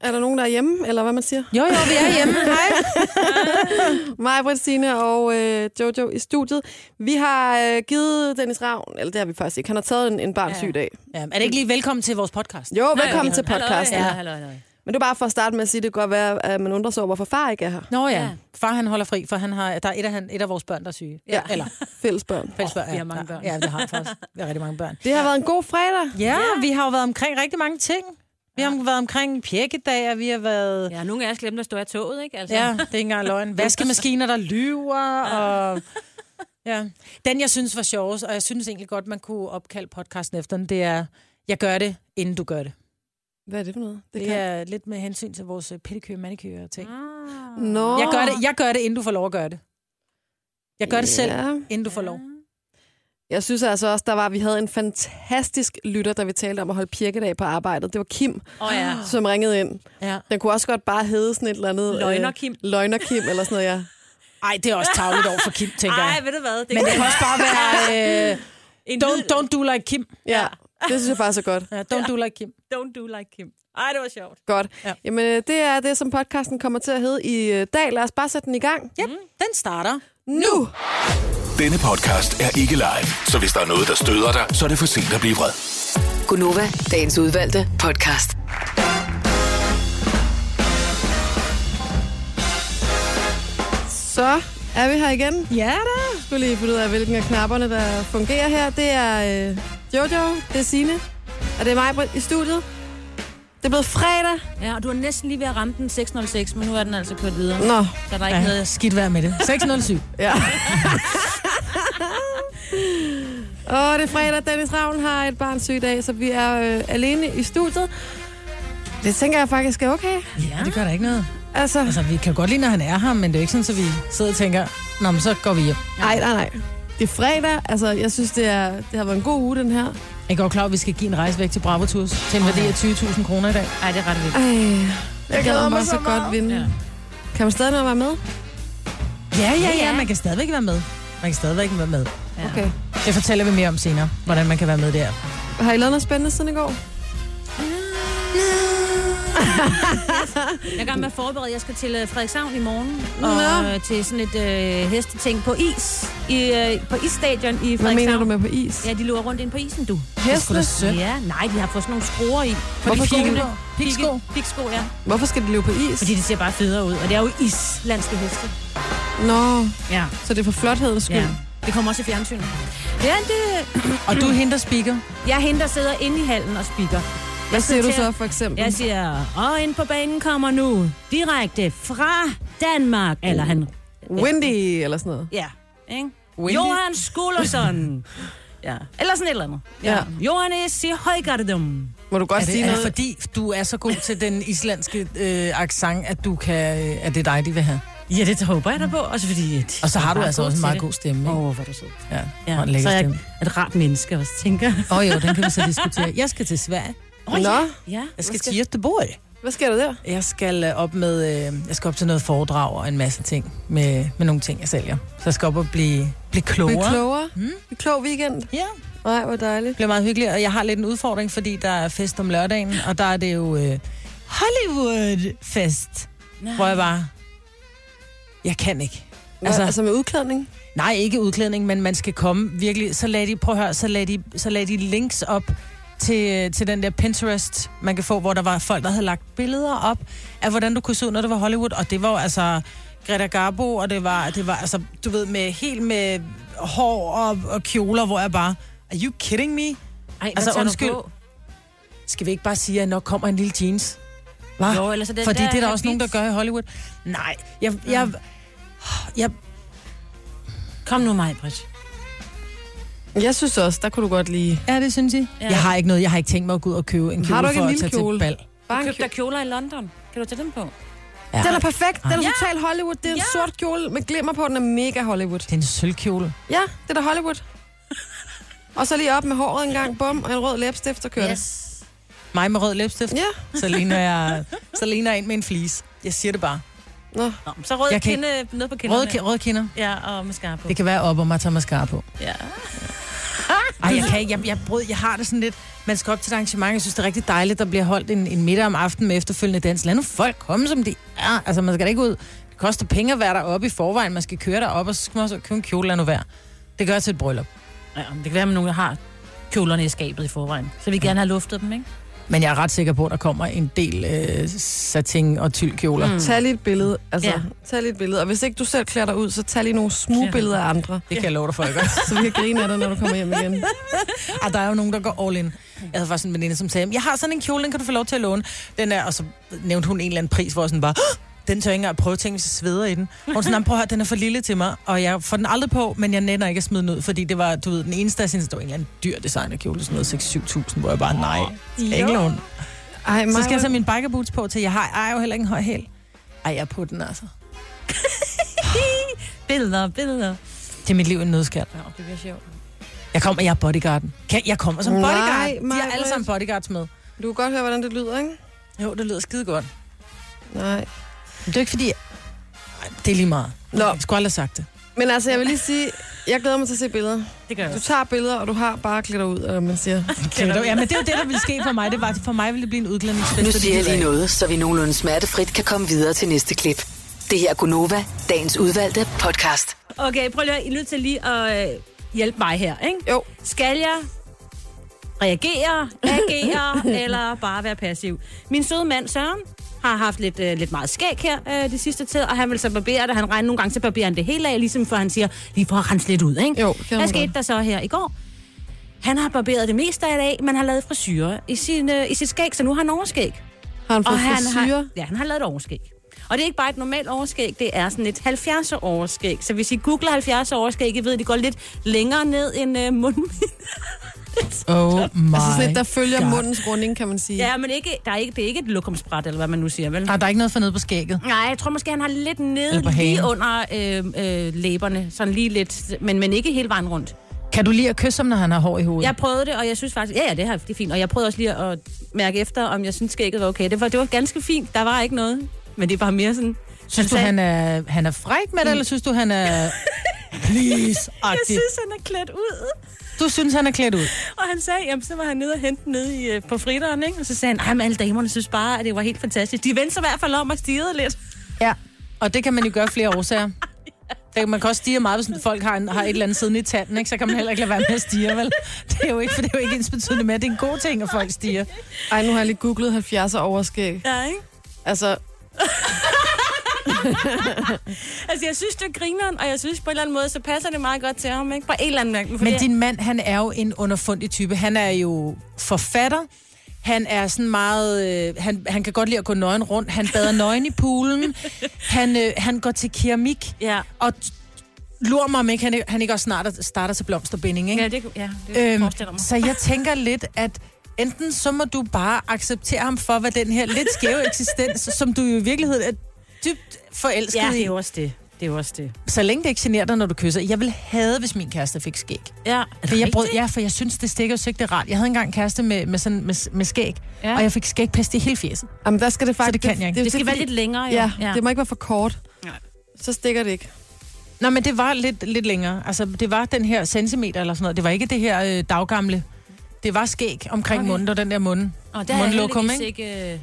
Er der nogen, der er hjemme, eller hvad man siger? Jo, vi er hjemme. Hej. Mig, Britt, Signe og Jojo i studiet. Vi har givet Dennis Ravn, eller det har vi faktisk ikke. Han har taget en barnsyg dag. Ja, er det ikke lige velkommen til vores podcast? Jo, velkommen til podcasten. Halløj. Men det er bare for at starte med at sige, at det kan godt være, at man undrer sig over, hvorfor far ikke er her. Nå ja. Far han holder fri, for der er et af vores børn, der er syge. Ja, eller fælles børn. Vi har mange børn. Ja, det har faktisk. Vi har rigtig mange børn. Det har været en god fredag. Ja, vi har jo været omkring rigtig mange ting. Vi har været omkring pjekkedag, og vi har været... Ja, nogle af os glemte at stå af toget, ikke? Altså. Ja, det er ikke engang løgn. Vaskemaskiner, der lyver, og... Ja. Den, jeg synes var sjovest, og jeg synes egentlig godt, man kunne opkalde podcasten efter den, det er, jeg gør det, inden du gør det. Hvad er det for noget? Det er lidt med hensyn til vores pedicure, manicure ting. Nå. Jeg gør det, inden du får lov at gøre det. Jeg gør det selv, inden du får lov. Jeg synes altså også, vi havde en fantastisk lytter, da vi talte om at holde pirkedag på arbejdet. Det var Kim, som ringede ind. Ja. Den kunne også godt bare hedde sådan et eller andet... Løgner Kim eller sådan noget, ja. Ej, det er også tarveligt over for Kim, tænker jeg. Ej, ved du hvad? Men det kan også bare være... don't do like Kim. Ja, det synes jeg faktisk er godt. Ja, don't do like Kim. Don't do like Kim. Ej, det var sjovt. Godt. Ja. Jamen, det er det, som podcasten kommer til at hedde i dag. Lad os bare sætte den i gang. Ja, den starter nu. Denne podcast er ikke live, så hvis der er noget, der støder dig, så er det for sent at blive vred. Gunova, dagens udvalgte podcast. Så er vi her igen. Ja da. Jeg skulle lige finde ud af, hvilken af knapperne, der fungerer her. Det er Jojo, det er Signe, og det er mig, Britt, i studiet. Det er blevet fredag. Ja, og du er næsten lige ved at ramme den 606, men nu er den altså kørt videre. Nå. Så der er ikke noget... Skidt vejr med det. 607. Ja. Det er fredag. Dennis Ravn har et barnsyg dag, så vi er alene i studiet. Det tænker jeg faktisk er okay. Ja, det gør der ikke noget. Altså, vi kan godt lide, når han er her, men det er ikke sådan, at vi sidder og tænker, nå, men så går vi hjem. Nej. Det er fredag. Altså, jeg synes, det har været en god uge, den her. Jeg går klar, at vi skal give en rejse væk til Bravo Tours til en værdi af 20.000 kroner i dag. Ej, det er ret vildt. Jeg glæder mig så godt vinde. Ja. Kan man stadig være med? Ja, man kan stadigvæk være med. Ja. Okay. Det fortæller vi mere om senere, hvordan man kan være med der. Har I lavet noget spændende siden i går? Jeg er i gang med at forberede. Jeg skal til Frederikshavn i morgen. Og til sådan et hesteting på is. På isstadion i Frederikshavn. Hvad mener du med på is? Ja, de løber rundt ind på isen, du. Heste? Ja, nej, de har fået sådan nogle skruer i. Hvorfor Piksko, ja. Hvorfor skal de løbe på is? Fordi det ser bare federe ud. Og det er jo islandske heste. Nå, ja. Så det er for flothedens skyld? Ja. Det kommer også i fjernsynet. Ja, det... Og du henter speaker? Jeg henter sidder inde i hallen og speaker. Hvad siger du så, for eksempel? Jeg siger, og ind på banen kommer nu direkte fra Danmark. Eller han... Windy, eller sådan noget. Ja, ikke? Johan Skulason. Ja, eller sådan et eller andet. Ja. Johannes i Højgardedum. Må du godt sige noget? Er det fordi, du er så god til den islandske accent, at det er dig, de vil have? Ja, det håber jeg da på. Også fordi, og så har du altså også en meget god stemme. Hvor er du sød. Ja, så er jeg et rart menneske også, tænker. Jo, den kan vi så diskutere. Jeg skal til Sverige. Nå. Ja. Jeg skal til Göteborg. Hvad sker der der? Jeg skal op til noget foredrag og en masse ting med nogle ting, jeg sælger. Så jeg skal op og blive klogere. Blive klogere? En klog weekend? Ja. Nej, hvor dejligt. Det bliver meget hyggeligt, og jeg har lidt en udfordring, fordi der er fest om lørdagen, og der er det jo Hollywood-fest, hvor jeg bare... Jeg kan ikke. Altså med udklædning? Nej, ikke udklædning, men man skal komme virkelig... Så lad de links op til den der Pinterest, man kan få, hvor der var folk, der havde lagt billeder op af, hvordan du kunne se ud, når det var Hollywood. Og det var altså Greta Garbo, og det var altså, du ved, med hår og kjoler, hvor jeg bare... Are you kidding me? Ej, altså, undskyld. Skal vi ikke bare sige, at nok kommer en lille jeans? Hva? Jo, eller så det fordi der det er der også nogen, der gør i Hollywood. Nej, jeg... Kom nu, mig, Britt. Jeg synes også, der kunne du godt lide... Ja, det synes jeg. Ja. Jeg har ikke tænkt mig at gå ud og købe en kjole for at tage til bal. Bare køb der kjoler i London. Kan du tage dem på? Ja. Den er perfekt. Den er totalt Hollywood. Det er en sort kjole med glimmer på. Den er mega Hollywood. Det er en sølvkjole. Ja, det er da Hollywood. Og så lige op med håret en gang, bum, og en rød læbstift, og kører det. Mig med rød læbstift? Ja. Så ligner jeg ind med en flis. Jeg siger det bare. Nå, så rød kinde ned på kinderne. Røde kinder. Ja, og mascara på. Det kan være op, og man tager mascara på. Ja. Ej, Jeg har det sådan lidt... Man skal op til et arrangement. Jeg synes, det er rigtig dejligt, der bliver holdt en middag om aftenen med efterfølgende dans. Lad nu folk komme, som de er. Altså, man skal da ikke ud... Det koster penge at være deroppe i forvejen. Man skal køre derop, og så skal man også købe en kjole, lad nu være. Det gør til et bryllup. Ja, det kan være, at nogen der har kjolerne i skabet i forvejen. Så vi gerne have luftet dem, ikke? Men jeg er ret sikker på, at der kommer en del satin og tyldkjoler. Tag lige et billede. Tag lige et billede. Og hvis ikke du selv klæder dig ud, så tag lige nogle smugbilleder af andre. Det kan jeg love dig for, ikke? Så vi kan grine af dig, når du kommer hjem igen. Der er jo nogen, der går all in. Jeg havde faktisk en veninde, som sagde, jeg har sådan en kjole, den kan du få lov til at låne. Den er, og så nævnte hun en eller anden pris, hvor sådan bare... Den tør jeg ikke engang prøve at tænke, hvis jeg sveder i den. Og sådan, prøv at høre, den er for lille til mig, og jeg får den aldrig på, men jeg nænder ikke at smide den ud, fordi det var, du ved, den eneste, jeg synes, det var en eller anden dyr designerkjole, sådan noget 6-7.000, hvor jeg bare, nej, ikke låne. Så skal jeg tage min bikerboots på til, jeg har jo heller ikke en høj hæl. Ej, jeg er på den, altså. Billeder. Det er mit liv en nødskal. Ja, det bliver sjovt. Jeg er bodyguarden. Jeg kommer som bodyguard. De har alle sammen bodyguards med. Du kan godt høre, hvordan det lyder, ikke? Jo, det lyder skide godt. Nej. Det er ikke fordi... det er lige meget. Jeg skulle aldrig have sagt det. Men altså, jeg vil lige sige, jeg glæder mig til at se billeder. Det gør jeg. Du tager billeder, og du har bare klædt dig ud, eller man siger. Ja, men det er jo det, der ville ske for mig. Det var, for mig ville det blive en udklædningsfest. Nu siger jeg lige noget, så vi nogenlunde smertefrit kan komme videre til næste klip. Det her er Gunova, dagens udvalgte podcast. Okay, prøv lige, I er nødt til lige at hjælpe mig her, ikke? Jo. Skal jeg reagere, agere, eller bare være passiv? Min søde mand, Søren, har haft lidt meget skæg her de sidste tid, og han vil så barbere det. Han regner nogle gange, så barberer han det hele af, ligesom for han siger, lige for at rense lidt ud, ikke? Jo, hvad skete der så her i går? Han har barberet det meste af det af, men har lavet frisyre i sit skæg, så nu har han overskæg. Har han fået frisyre? Han har lavet et overskæg. Og det er ikke bare et normalt overskæg, det er sådan et 70'er overskæg. Så hvis I googler 70'er overskæg, I ved, det går lidt længere ned end munden. Oh my altså sådan et, der følger mundens runding, kan man sige. Ja, men det er ikke et lokumsbræt, eller hvad man nu siger, vel? Der er ikke noget for nede på skægget? Nej, jeg tror måske, han har lidt nede lige under læberne. Sådan lige lidt, men ikke hele vejen rundt. Kan du lide at kysse ham, når han har hår i hovedet? Jeg prøvede det, og jeg synes faktisk, det er fint. Og jeg prøvede også lige at mærke efter, om jeg synes skægget var okay. Det var ganske fint. Der var ikke noget. Men det er bare mere sådan... Synes du, han er fræk med det, eller synes du, han er please-agtig? Jeg synes, han er klædt ud. Du synes, han er klædt ud? Og han sagde, jamen, så var han nede og hente nede på fritteren, ikke? Og så sagde han, alle damerne synes bare, at det var helt fantastisk. De vendte sig i hvert fald om og stirrede lidt. Ja, og det kan man jo gøre flere årsager. Man kan også stirre meget, hvis folk har et eller andet siden i tanden, ikke? Så kan man heller ikke lade være med at stirre, vel? Det er jo ikke ensbetydende med, at det er en god ting, at folk stirrer. Ej, nu har jeg lige googlet 70'er overskæg. Ja, ikke? Altså... altså, jeg synes, det er grineren, og jeg synes på en eller anden måde, så passer det meget godt til ham, ikke? På en eller anden mærke. Men din mand, han er jo en underfundig type. Han er jo forfatter. Han er sådan meget... Han kan godt lide at gå nøgen rundt. Han bader nøgen i poolen. Han går til keramik. Ja. Og lurer mig, om ikke han ikke også snart starter til blomsterbinding, ikke? Ja, det forestiller mig. Så jeg tænker lidt, at enten så må du bare acceptere ham for, hvad den her lidt skæve eksistens, som du jo i virkeligheden er dybt forelsket i. Ja, det er også det. Det er også det. Så længe det ikke generer dig, når du kysser. Jeg vil hade, hvis min kæreste fik skæg. Ja, for jeg synes, det stikker jo så ikke det rart. Jeg havde engang en kæreste med skæg, og jeg fik skægpest i hele fjeset. Jamen, der skal det faktisk... Så det kan jeg ikke. Det skal være lidt længere, ja. Det må ikke være for kort. Nej. Så stikker det ikke. Nå, men det var lidt længere. Altså, det var den her centimeter eller sådan noget. Det var ikke det her daggamle. Det var skæg omkring munden, og den der mundlokum, ikke?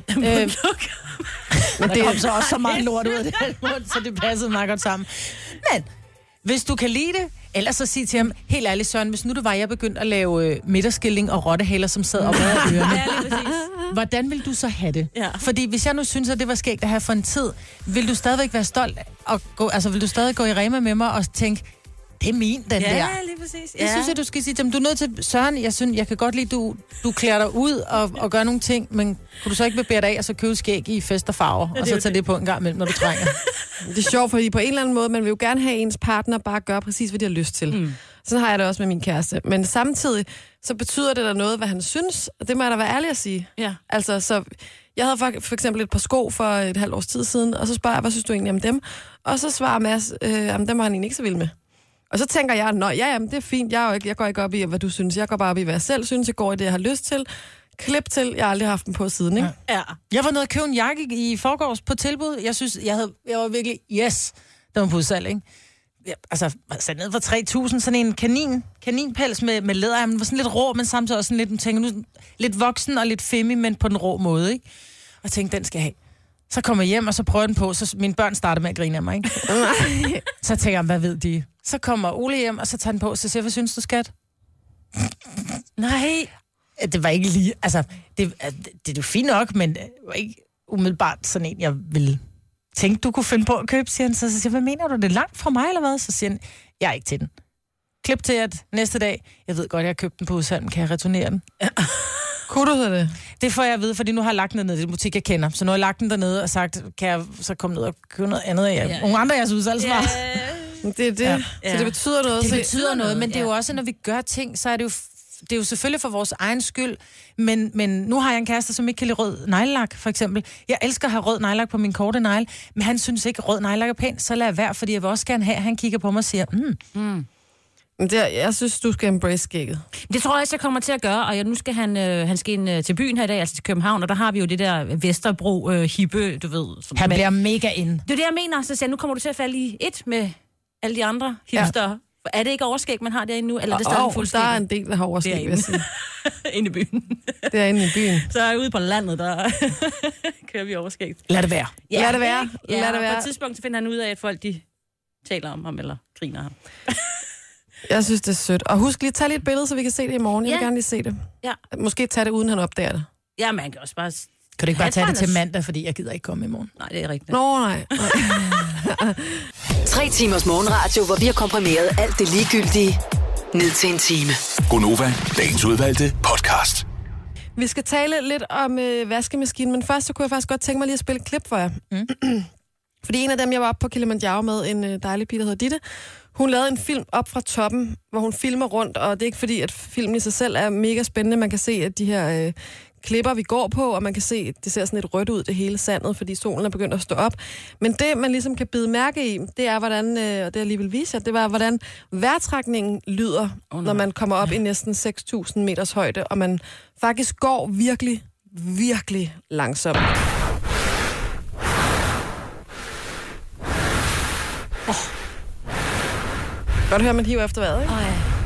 Men det kom så også så meget lort ud af den mund, så det passede meget godt sammen. Men hvis du kan lide det, ellers så sig til ham, helt ærligt Søren, hvis nu det var, jeg begyndte at lave midterskilling og rottehaler, som sad op ad ørerne. Hvordan vil du så have det? Ja. Fordi hvis jeg nu synes, at det var skægt at have for en tid, vil du stadigvæk være stolt og gå, altså vil du stadig gå i Rema med mig og tænke, det er min, den der. Ja, lige præcis. Ja. Det synes jeg, du skal sige til dem. Du er nødt til, Søren, jeg kan godt lide, du klæder dig ud og gør nogle ting, men kunne du så ikke barbere dig af, og så købe skæg i fest og farver, og så tage det på en gang imellem, når du trænger? Det er sjovt, fordi på en eller anden måde, man vil jo gerne have ens partner bare gøre præcis, hvad de har lyst til. Sådan har jeg det også med min kæreste. Men samtidig, så betyder det der noget, hvad han synes, og det må jeg da være ærlig at sige. Ja. Altså, så jeg havde for eksempel et par sko for et halvt års tid siden, og så spørger jeg, hvad synes du egentlig om dem? Og så svarer Mads, dem var han egentlig ikke så vild med. Og så tænker jeg, det er fint, jeg går ikke op i, hvad du synes. Jeg går bare op i, hvad jeg selv synes. Jeg går i det, jeg har lyst til. Klip til. Jeg har aldrig haft dem på siden, ikke? Ja. Jeg var nede og købe en jakke i forgårs på tilbud. Jeg var virkelig, yes, der var på udsalg, ikke? altså ned for 3.000, sådan en kaninpels med læder. Den var sådan lidt rå, men samtidig også sådan lidt, tænker nu, lidt voksen og lidt femi, men på den rå måde, ikke? Og jeg tænkte, den skal jeg have. Så kommer jeg hjem, og så prøver den på, så mine børn starter med at grine af mig, ikke? Så tænker jeg, hvad ved de? Så kommer Ole hjem, og så tager den på, så siger, hvad synes du, skat? Nej, det var ikke lige, altså, det er jo fint nok, men det var ikke umiddelbart sådan en, jeg ville tænke, du kunne finde på at købe, siger han. Så siger jeg, hvad mener du, det er langt fra mig, eller hvad? Så siger han, jeg er ikke til den. Klip til, at næste dag, jeg ved godt, jeg har købt den på udsalg, kan jeg returnere den? Ja. Kunne du så det? Det får jeg at vide, fordi nu har jeg lagt den ned i den butik, jeg kender. Så nu har jeg lagt den dernede og sagt, kan jeg så komme ned og købe noget andet af jer? Nogle andre af jeres udsalgsvarer. Det er det. Ja. Så det betyder noget. Det betyder noget, men det er jo også, når vi gør ting, så er det jo selvfølgelig for vores egen skyld, men nu har jeg en kæreste, som ikke kan lide rød neglelak, for eksempel. Jeg elsker at have rød neglelak på min korte negle, men han synes ikke, rød neglelak er pænt, så lad være, fordi jeg vil også gerne have, at han kigger på mig og siger, Jeg synes, du skal embrace skægget. Det tror jeg også, jeg kommer til at gøre, og nu skal han skal ind til byen her i dag, altså til København, og der har vi jo det der Vesterbro hippe, du ved. Han bliver mega ind. Det er det, jeg mener, så siger nu kommer du til at falde i et med alle de andre hipster. Ja. Er det ikke overskæg, man har derinde nu, eller er det stadig fuldskæg? Der er en del, der har overskæg, vil jeg sige. Inde i byen. Det er inde i byen. Så er jeg ude på landet, der kører vi overskæg. Lad det være. Ja, lad det være. Ja, lad det være. På et tidspunkt så finder han ud af, at folk de taler om ham, eller griner ham. Jeg synes, det er sødt. Og husk lige at tage lidt billede, så vi kan se det i morgen. Jeg vil gerne lige se det. Ja. Måske tage det, uden han opdager det. Ja, man kan også bare... Kan du ikke bare tage det til mandag, fordi jeg gider ikke komme i morgen? Nej, det er rigtigt. Nå, nej. 3 timers morgenradio, hvor vi har komprimeret alt det ligegyldige ned til en time. Gonova, dagens udvalgte podcast. Vi skal tale lidt om vaskemaskinen, men først så kunne jeg faktisk godt tænke mig lige at spille et klip for jer. Fordi en af dem, jeg var oppe på Kilimanjaro med, en dejlig pige, der hedder Ditte, hun lavede en film op fra toppen, hvor hun filmer rundt, og det er ikke fordi, at filmen i sig selv er mega spændende. Man kan se, at de her klipper, vi går på, og man kan se, at det ser sådan lidt rødt ud, det hele sandet, fordi solen er begyndt at stå op. Men det, man ligesom kan bide mærke i, det er, hvordan, og det jeg lige vil vise jer, det var, hvordan vejrtrækningen lyder, når man kommer op i næsten 6.000 meters højde, og man faktisk går virkelig, virkelig langsomt. Godt høre, man hiver efter vejret, ikke?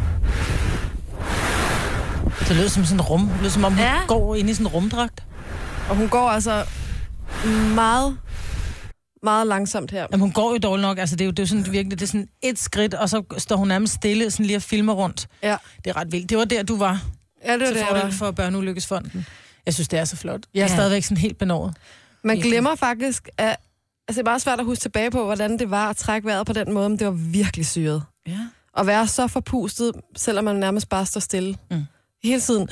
Det lyder som sådan en rum. Det lyder som om, hun går ind i sådan en rumdragt. Og hun går altså meget, meget langsomt her. Jamen, hun går jo dårligt nok. Altså, det er jo sådan virkelig, det er sådan et skridt, og så står hun nærmest stille, sådan lige og filmer rundt. Ja. Det er ret vildt. Det var der, du var. Ja, det var til fordel for Børneulykkesfonden. Jeg synes, det er så flot. Jeg er stadigvæk sådan helt benåret. Man glemmer faktisk, at altså, det er bare svært at huske tilbage på, hvordan det var at trække vejret på den måde, men det var virkelig syret. Ja. At være så forpustet, selvom man nærmest bare står stille. Hele tiden.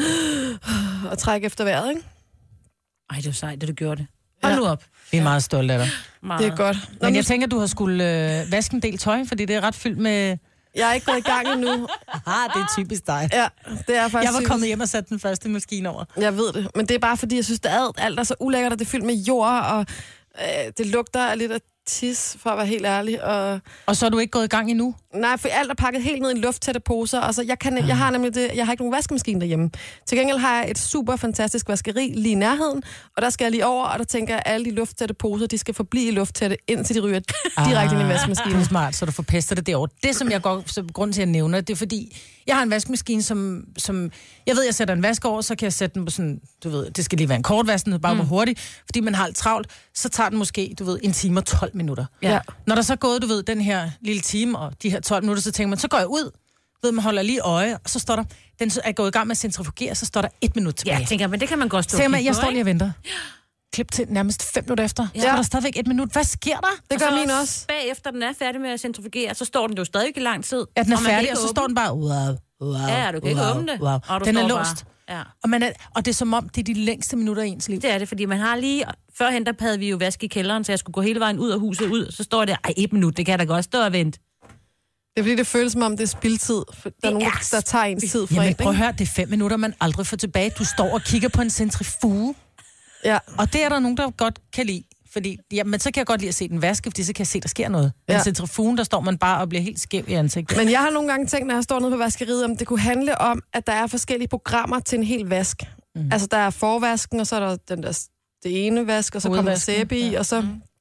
Og trække efter vejret, ikke? Ej, det var sejt, det du gjorde det. Hold nu op. Vi er meget stolte af dig. Det er godt. Men jeg tænker, du har skulle vaske en del tøj, fordi det er ret fyldt med... Jeg er ikke gået i gang endnu. Det er typisk dig. Ja, det er faktisk. Jeg var kommet hjem og sat den første maskine over. Jeg ved det, men det er bare fordi, jeg synes, at alt er så ulækkert, og det er fyldt med jord, og det lugter lidt af tis, for at være helt ærlig. Og så er du ikke gået i gang endnu? Nej, for alt er pakket helt ned i lufttætte poser, og så jeg har nemlig det, jeg har ikke nogen vaskemaskine derhjemme. Til gengæld har jeg et super fantastisk vaskeri lige i nærheden, og der skal jeg lige over, og der tænker jeg, at alle de lufttætte poser, de skal forblive i lufttætte, indtil de ryger direkte ind i vaskemaskinen. Det er smart, så du forpester det derovre. Det, som jeg går, så grund til at nævne, det er fordi, jeg har en vaskemaskine, som jeg ved, jeg sætter en vask over, så kan jeg sætte den på sådan, du ved, det skal lige være en kort vask, den bare hvor hurtigt, fordi man har alt travlt, så tager den måske, du ved, 1 time og 12 minutter. Ja. Når der så er gået, du ved, den her lille time og de her 12 minutter, så tænker man, så går jeg ud, ved man holder lige øje, og så står der, den er gået i gang med at centrifugere, så står der 1 minut tilbage. Ja, jeg tænker, men det kan man godt stå. Jeg står lige og venter. Klip til nærmest 5 minutter efter. Så er der stadigvæk 1 minut. Hvad sker der? Det gør min også. Bagefter den er færdig med at centrifugere, så står den jo stadig i lang tid. Ja, den er færdig, og så står den bare, ja, du kan ikke åbne det. Og den er låst. Ja. Og det er som om, det er de længste minutter i ens liv. Det er det, fordi man har lige... Førhen, der havde vi jo vask i kælderen, så jeg skulle gå hele vejen ud af huset ud. Så står det, 1 minut, det kan da godt stå og vente. Det er fordi, det føles som om, det er spildtid. Der er nogen, der tager ens tid fra. Jamen, prøv at høre, det er 5 minutter, man aldrig får tilbage. Du står og kigger på en centrifuge. Ja. Og det er der nogen, der godt kan lide. Fordi, men så kan jeg godt lide at se den vaske, fordi så kan jeg se, der sker noget. Men centrifugen, der står man bare og bliver helt skæv i ansigtet. Men jeg har nogle gange tænkt, når jeg står nede på vaskeriet, om det kunne handle om, at der er forskellige programmer til en hel vask. Altså, der er forvasken, og så er der det ene vask, og så kommer sæbe i, og så...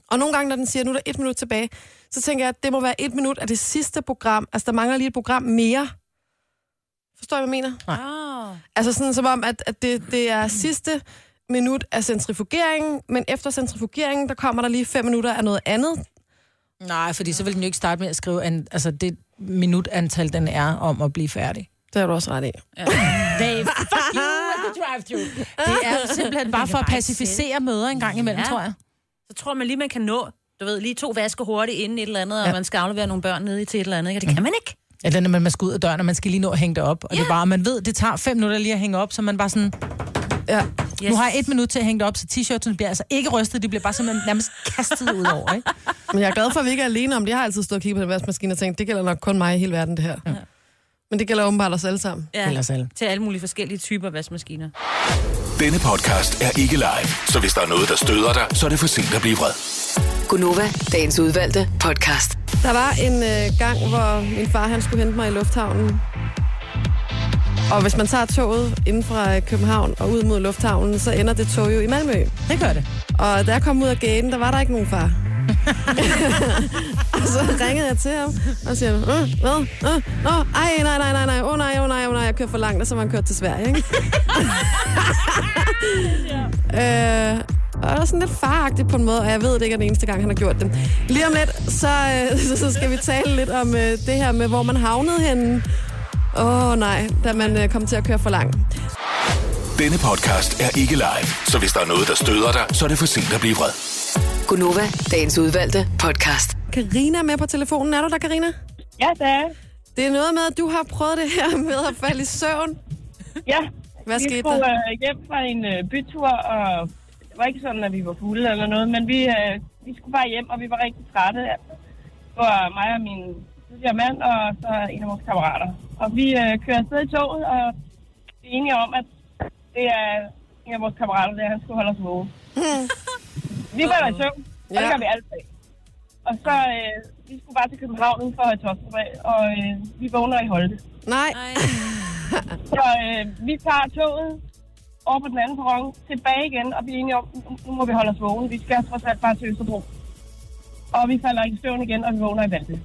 Og nogle gange, når den siger, nu er der 1 minut tilbage, så tænker jeg, at det må være 1 minut af det sidste program. Altså, der mangler lige et program mere. Forstår I, hvad jeg mener? Nej. Altså sådan som om, at det er sidste minut af centrifugeringen, men efter centrifugeringen, der kommer der lige 5 minutter af noget andet. Nej, fordi så vil den jo ikke starte med at skrive det minutantal, den er om at blive færdig. Det har du også ret i. Ja. Fuck you at the drive-thru. Det er simpelthen bare for at pacificere møder en gang imellem, tror jeg. Så tror man lige, man kan nå, du ved, lige 2 vasker hurtigt inden et eller andet, og man skal aflevere nogle børn nede til et eller andet, ikke? Det kan man ikke. Ja, den er, man skal ud af døren, og man skal lige nå at hænge det op. Og det er bare, man ved, det tager 5 minutter lige at hænge op, så man bare sådan... Ja. Yes. Nu har jeg 1 minut til at hænge det op, så t-shirten bliver altså ikke rystet, de bliver bare simpelthen nærmest kastet ud over, ikke? Men jeg er glad for, at vi ikke er alene om det. Jeg har altid stået og kigget på den vaskemaskine og tænkt, det gælder nok kun mig i hele verden, det her. Ja. Men det gælder åbenbart os alle sammen. Ja, gælder os alle. Til alle mulige forskellige typer vaskemaskiner. Denne podcast er ikke live, så hvis der er noget, der støder dig, så er det for sent at blive vred. Gunova, dagens udvalgte podcast. Der var en gang, hvor min far han skulle hente mig i lufthavnen. Og hvis man tager toget inden fra København og ud mod lufthavnen, så ender det tog jo i Malmø. Det gør det. Og da jeg kom ud af gaten, der var der ikke nogen far. Og så ringede jeg til ham og siger, hvad? Nej, jeg kører for langt, og så var han kørt til Sverige, ikke? Og det var sådan lidt faragtigt på en måde, og jeg ved, det ikke er den eneste gang, han har gjort det. Lige om lidt, så skal vi tale lidt om det her med, hvor man havnede henne. Da man kom til at køre for langt. Denne podcast er ikke live, så hvis der er noget, der støder dig, så er det for sent at blive vred. Gunova, dagens udvalgte podcast. Karina er med på telefonen. Er du der, Karina? Ja, det er. Det er noget med, at du har prøvet det her med at falde i søvn. Ja. Hvad skete der? Vi skulle hjem fra en bytur, og det var ikke sådan, at vi var fulde eller noget, men vi skulle bare hjem, og vi var rigtig trætte. Det var mig og min tidligere mand, og så en af vores kammerater. Og vi kører afsted i toget, og vi er enige om, at det er en af vores kammerater, der han skulle holde os våge. Vi var i søvn, og det gør vi altid. Og så, vi skulle bare til København for at have og vi vågner i Holte. Nej. Så vi tager toget over på den anden perron, tilbage igen, og vi er enige om, nu må vi holde os vågne. Vi skal trods alt bare til Østerbro. Og vi falder i søvn igen, og vi vågner i Valby.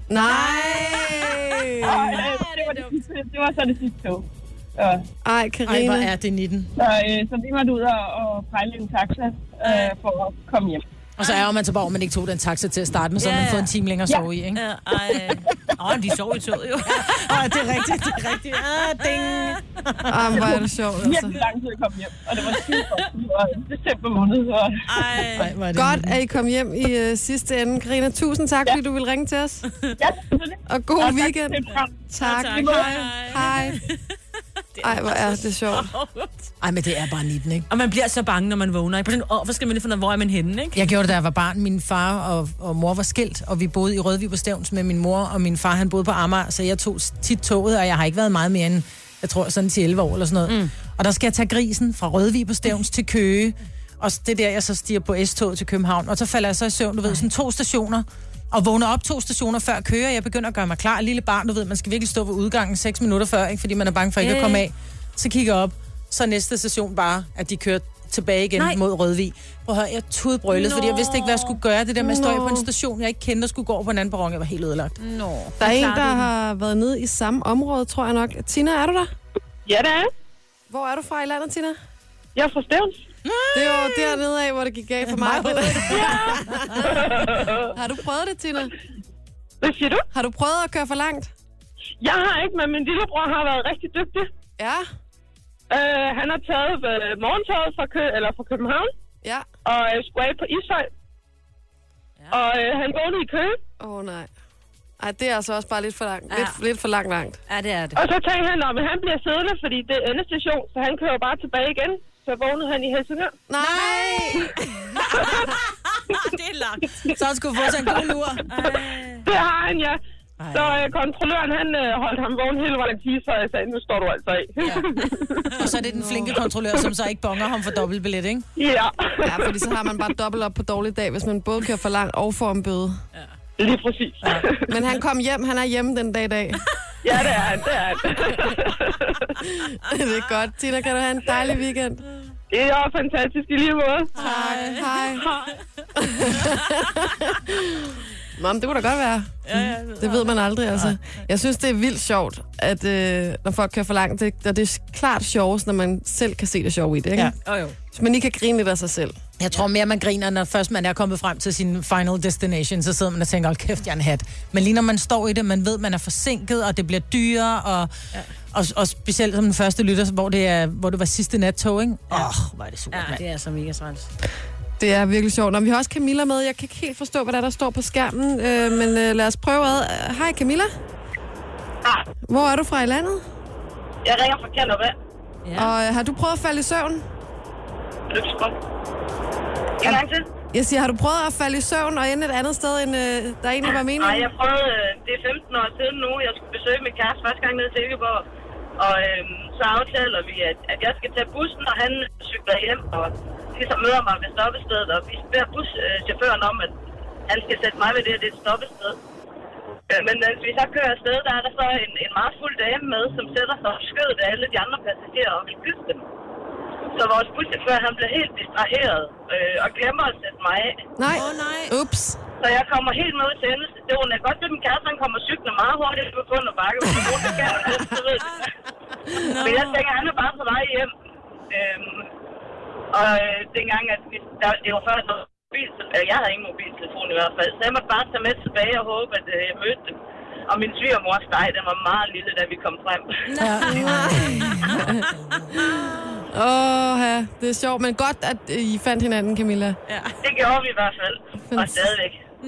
Nej! Og det var så det sidste tog. Ej, Karina. Ej, hvor er det 19. Så vi måtte ud og pejle en taxa for at komme hjem. Og så er man så bare, man ikke tog den taxa til at starte med, så man får en time længere at sove i, ikke? De sov i toget jo. Det er rigtigt. Ding. Hvor er det sjovt, altså. Virkelig lang tid at komme hjem, og det var det var december måned. Godt, at I kom hjem i sidste ende. Karina, tusind tak, fordi du ville ringe til os. Ja, selvfølgelig. Og god weekend. Tak. Hej. Ej, hvor er det sjovt. Ej, men det er bare 19, ikke? Og man bliver så bange, når man vågner. Hvorfor skal man lige finde, hvor er man henne, ikke? Jeg gjorde det, da jeg var barn. Min far og mor var skilt, og vi boede i Rødvig på Stevns med min mor, og min far, han boede på Amager, så jeg tog tit toget, og jeg har ikke været meget mere end, jeg tror, sådan til 11 år eller sådan noget. Og der skal jeg tage grisen fra Rødvig på Stevns til Køge, og det der, jeg så stiger på S-toget til København, og så falder jeg så i søvn, du ved, sådan 2 stationer, og vågner op 2 stationer før Køge, og jeg begynder at gøre mig klar. Lille barn, du ved, man skal virkelig stå ved udgangen 6 minutter før, ikke? Fordi man er bange for ikke at komme af. Så kigger jeg op, så næste station bare, at de kører tilbage igen mod Rødvig. Prøv at høre, jeg tudbrølede, fordi jeg vidste ikke, hvad jeg skulle gøre. Det der med at stå på en station, jeg ikke kendte, og skulle gå over på en anden perron. Jeg var helt ødelagt. Der er en, der har været nede i samme område, tror jeg nok. Tina, er du der? Ja, det er. Hvor er du fra i landet, Tina? Jeg er fra Stevns. Det er jo dernede af, hvor det gik galt for mig. Har du prøvet det, Tina? Hvad siger du? Har du prøvet at køre for langt? Jeg har ikke, men min lillebror har været rigtig dygtig. Ja. Han har taget morgentoget fra København. Ja. Og skulle af på Ishøj. Ja. Og han vågnede i Køge. Nej. Ej, det er altså også bare lidt for langt. Lidt for langt. Ja, det er det. Og så tænkte han, at han bliver siddende, fordi det er endestation, så han kører bare tilbage igen. Så vågnede han i Helsingør. Nej! Det er langt. Så han skulle få sig en god lur. Det har han, ja. Så kontrolløren, han holdt ham vågen hele vejen til, så jeg sagde, nu står du altså af. Ja. Og så er det den flinke kontrollør, som så ikke bonger ham for dobbeltbillet, ikke? Ja. Ja, fordi så har man bare dobbelt op på dårlig dag, hvis man både kører for langt og får en bøde. Ja. Lige præcis. Ja. Men han kom hjem, han er hjemme den dag i dag. Ja, det er han, det er han. Det er godt. Tina, kan du have en dejlig weekend? Det er fantastisk i lige måde. Hej. Nå, det kunne da godt være. Ja, det ved man aldrig, altså. Ja. Jeg synes, det er vildt sjovt, at når folk kører for langt, det er klart sjovest, når man selv kan se det sjove i det, ikke? Ja. Jo. Så man ikke kan grine lidt af sig selv. Jeg tror mere, man griner, når først man er kommet frem til sin final destination, så sidder man og tænker, kæft, jeg er en hat. Men lige når man står i det, man ved, man er forsinket, og det bliver dyrere, og specielt som den første lytter, hvor det var sidste nattog, ikke? Hvor er det super. Ja, det er så mega træls. Det er virkelig sjovt. Og vi har også Camilla med. Jeg kan ikke helt forstå, hvad der står på skærmen, men lad os prøve ad. Hej Camilla. Hej. Hvor er du fra i landet? Jeg ringer fra Kjellerup. Ja. Og har du prøvet at falde i søvn? En gang til. Jeg siger, har du prøvet at falde i søvn og ende et andet sted, end der egentlig var meningen? Nej, jeg prøvede, det er 15 år siden nu. Jeg skulle besøge min kæreste første gang ned til Silkeborg. Og så aftaler vi, at jeg skal tage bussen, og han cykler hjem, og ligesom møder mig ved stoppestedet. Og vi beder buschaufføren om, at han skal sætte mig ved det er et stoppested. Men mens vi så kører afsted, der er der så en meget fuld dame med, som sætter sig og skødet af alle de andre passagerer og vil kysse dem. Så vores buschauffør, han bliver helt distraheret og glemmer at sætte mig af. Nej. Ups. Så jeg kommer helt med til endelse. Det var godt, at min kæreste han kommer cykler meget hurtigt på grund af bakke. Men jeg tænker, han er bare på vej hjem. Og dengang, at det var før, jeg havde ingen mobiltelefon i hvert fald. Så jeg måtte bare tage med tilbage og håbe, at jeg mødte dem. Og min svigermors dej, den var meget lille, da vi kom frem. Ja, det er sjovt, men godt, at I fandt hinanden, Camilla. Ja. Det gjorde vi i hvert fald, og stadigvæk.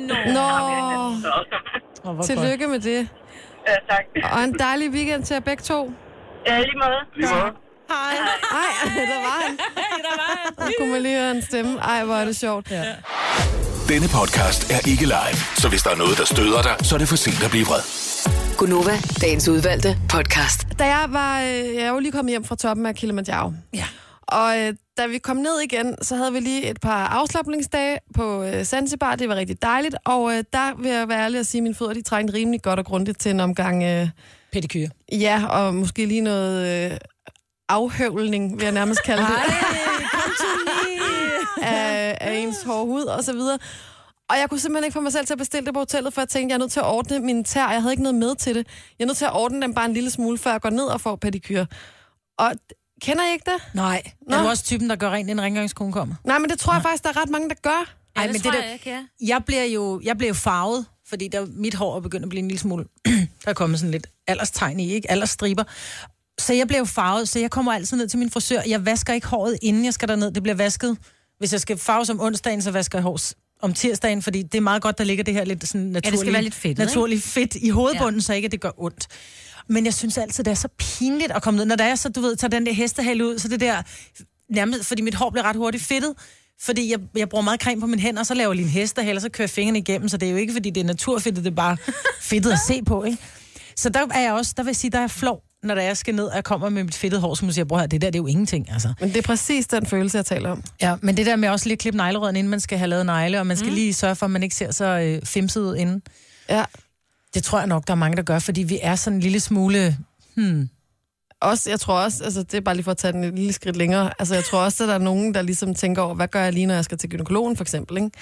Nå. Tillykke med det. Ja, tak. Og en dejlig weekend til jer begge to. Ja, lige måde. Hej. Der var han. Der kunne man lige høre en stemme. Ej, hvor er det sjovt. Ja. Denne podcast er ikke live, så hvis der er noget, der støder dig, så er det for sent at blive vred. Gunova, dagens udvalgte podcast. Da jeg er jo lige kommet hjem fra toppen af Kilimanjaro. Ja. Og da vi kom ned igen, så havde vi lige et par afslapningsdage på Zanzibar. Det var rigtig dejligt. Og der vil jeg være ærlig at sige, at mine fødder de trængte rimelig godt og grundigt til en omgang... pedikyre. Ja, og måske lige noget afhøvling, vil jeg nærmest kalde det. af ens hårde hud og så videre. Og jeg kunne simpelthen ikke få mig selv til at bestille det på hotellet, for jeg tænkte, jeg er nødt til at ordne mine tær. Jeg havde ikke noget med til det. Jeg er nødt til at ordne dem bare en lille smule, før jeg går ned og får pedikyre. Og kender I ikke det? Nej. Er du også typen, der gør rent, inden rengøringskonen kommer? Nej, men det tror jeg faktisk, der er ret mange, der gør. Ja, det tror jeg ikke, ja. Jeg bliver jo farvet, fordi mit hår er begyndt at blive en lille smule... der er kommet sådan lidt alderstegn i, ikke? Aldersstriber. Så jeg bliver jo farvet, så jeg kommer altid ned til min frisør. Jeg vasker ikke håret, inden jeg skal derned. Det bliver vasket. Hvis jeg skal farves om onsdagen, så vasker jeg hår om tirsdagen, fordi det er meget godt, der ligger det her lidt sådan naturligt fedt i hovedbunden, så ikke det gør ondt. Men jeg synes altid, det er så pinligt at komme ned. Når der er så, du ved, tager den der hestehale ud, så det der nærmest, fordi mit hår bliver ret hurtigt fedtet, fordi jeg bruger meget creme på mine hænder, og så laver jeg lige en hestehale, og så kører jeg fingrene igennem, så det er jo ikke, fordi det er naturfedtet, det er bare fedtet at se på, ikke? Så der er jeg også, der vil jeg sige, der er flov, når jeg skal ned, og jeg kommer med mit fedtede hår, som siger, bror, det er jo ingenting, altså. Men det er præcis den følelse, jeg taler om. Ja, men det der med også lige at klippe neglerøden, inden man skal have lavet negle, og man skal lige sørge for, at man ikke ser så fimset ud inden. Ja. Det tror jeg nok, der er mange, der gør, fordi vi er sådan en lille smule... Også, jeg tror også, altså det er bare lige for at tage den et lille skridt længere, altså jeg tror også, at der er nogen, der ligesom tænker over, hvad gør jeg lige, når jeg skal til gynækologen, for eksempel, ikke?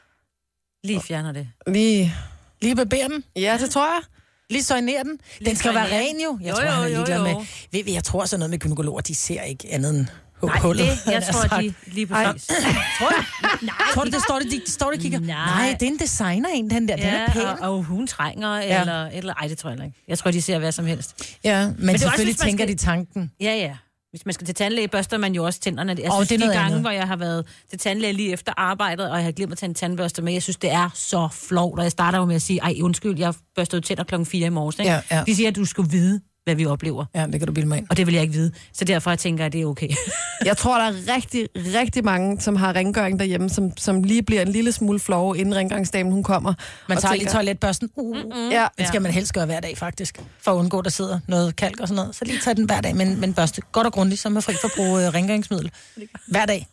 Lige fjerner det. Lige barberer den? Ja, det tror jeg. Lige soigner den. Den skal være ren jo. Jeg tror, han er ligeglad med... Jeg tror sådan noget med gynækologer, de ser ikke andet end hullet. Nej, jeg tror, de lige præcis. Tror du? Nej. Tror du, det står der kigger? Nej, det er en designer en, den der. Den er pæn. Og hun trænger, eller... Ej, det tror jeg ikke. Jeg tror, de ser hvad som helst. Ja, men selvfølgelig også, tænker de tanken. Ja. Hvis man skal til tandlæge, børster man jo også tænderne. Jeg synes, det er de gange, andet. Hvor jeg har været til tandlæge lige efter arbejdet, og jeg har glemt at tage en tandbørste med, jeg synes, det er så flovt. Og jeg starter jo med at sige, undskyld, jeg børstede tænder 4:00 i morges. Ikke? Ja. De siger, at du skal vide, hvad vi oplever. Ja, det kan du bilde mig ind. Og det vil jeg ikke vide. Så derfor tænker jeg, at det er okay. Jeg tror, der er rigtig, rigtig mange, som har rengøring derhjemme, som lige bliver en lille smule flove, inden rengøringsdamen hun kommer. Man tager lige toiletbørsten. Ja. Det skal man helst gøre hver dag, faktisk. For at undgå, der sidder noget kalk og sådan noget. Så lige tage den hver dag, men børste godt og grundigt, så man fri for at bruge rengøringsmiddel. Hver dag.